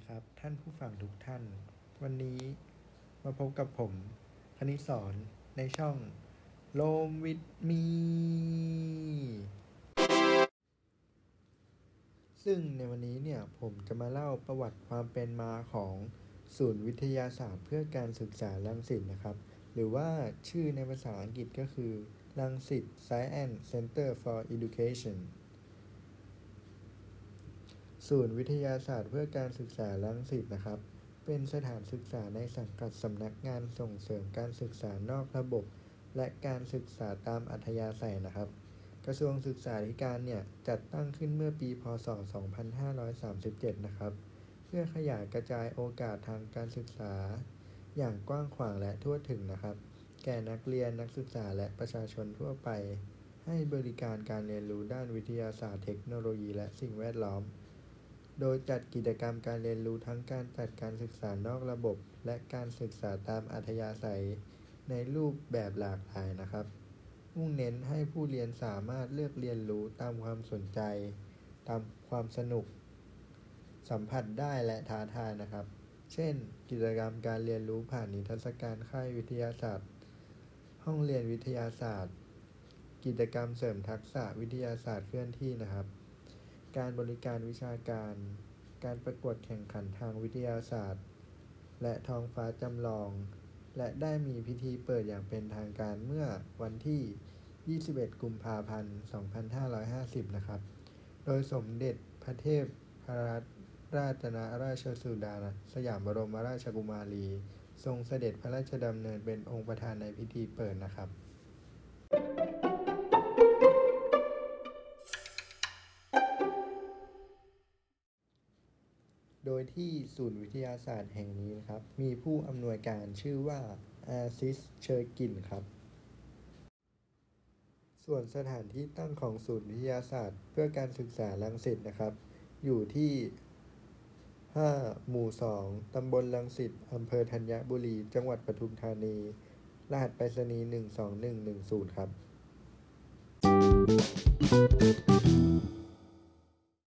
ครับท่านผู้ฟังทุกท่านวันนี้มาพบกับผมคณิตสอนในช่องโลมวิทมีซึ่งในวันนี้เนี่ยผมจะมาเล่าประวัติความเป็นมาของศูนย์วิทยาศาสตร์เพื่อการศึกษารังสิตนะครับหรือว่าชื่อในภาษาอังกฤษก็คือรังสิต Science Center for Education ศูนย์วิทยาศาสตร์เพื่อการศึกษารังสิตนะครับเป็นสถานศึกษาในสังกัดสำนักงานส่งเสริมการศึกษานอกระบบและการศึกษาตามอัธยาศัยนะครับกระทรวงศึกษาธิการเนี่ยจัดตั้งขึ้นเมื่อปีพ.ศ. 2537นะครับเพื่อขยายกระจายโอกาสทางการศึกษาอย่างกว้างขวางและทั่วถึงนะครับแก่นักเรียนนักศึกษาและประชาชนทั่วไปให้บริการการเรียนรู้ด้านวิทยาศาสตร์เทคโนโลยีและสิ่งแวดล้อมโดยจัดกิจกรรมการเรียนรู้ทั้งการจัดการศึกษานอกระบบและการศึกษาตามอัธยาศัยในรูปแบบหลากหลายนะครับมุ่งเน้นให้ผู้เรียนสามารถเลือกเรียนรู้ตามความสนใจตามความสนุกสัมผัสได้และท้าทายนะครับเช่นกิจกรรมการเรียนรู้ผ่านนิทรรศการค่ายวิทยาศาสตร์ห้องเรียนวิทยาศาสตร์กิจกรรมเสริมทักษะวิทยาศาสตร์เคลื่อนที่นะครับการบริการวิชาการการประกวดแข่งขันทางวิทยาศาสตร์และท้องฟ้าจำลองและได้มีพิธีเปิดอย่างเป็นทางการเมื่อวันที่ 21 กุมภาพันธ์ 2550 นะครับโดยสมเด็จพระเทพรัตนราชราชสุดาสยามบรมราชกุมารีทรงเสด็จพระราชดำเนินเป็นองค์ประธานในพิธีเปิดนะครับโดยที่ศูนย์วิทยาศาสตร์แห่งนี้นะครับมีผู้อำนวยการชื่อว่าอาซิสเชอร์กินครับส่วนสถานที่ตั้งของศูนย์วิทยาศาสตร์เพื่อการศึกษารังสิตนะครับอยู่ที่5 หมู่ 2 ตำบลรังสิตอำเภอธัญบุรีจังหวัดปทุมธานีรหัสไปรษณีย์12110ครับ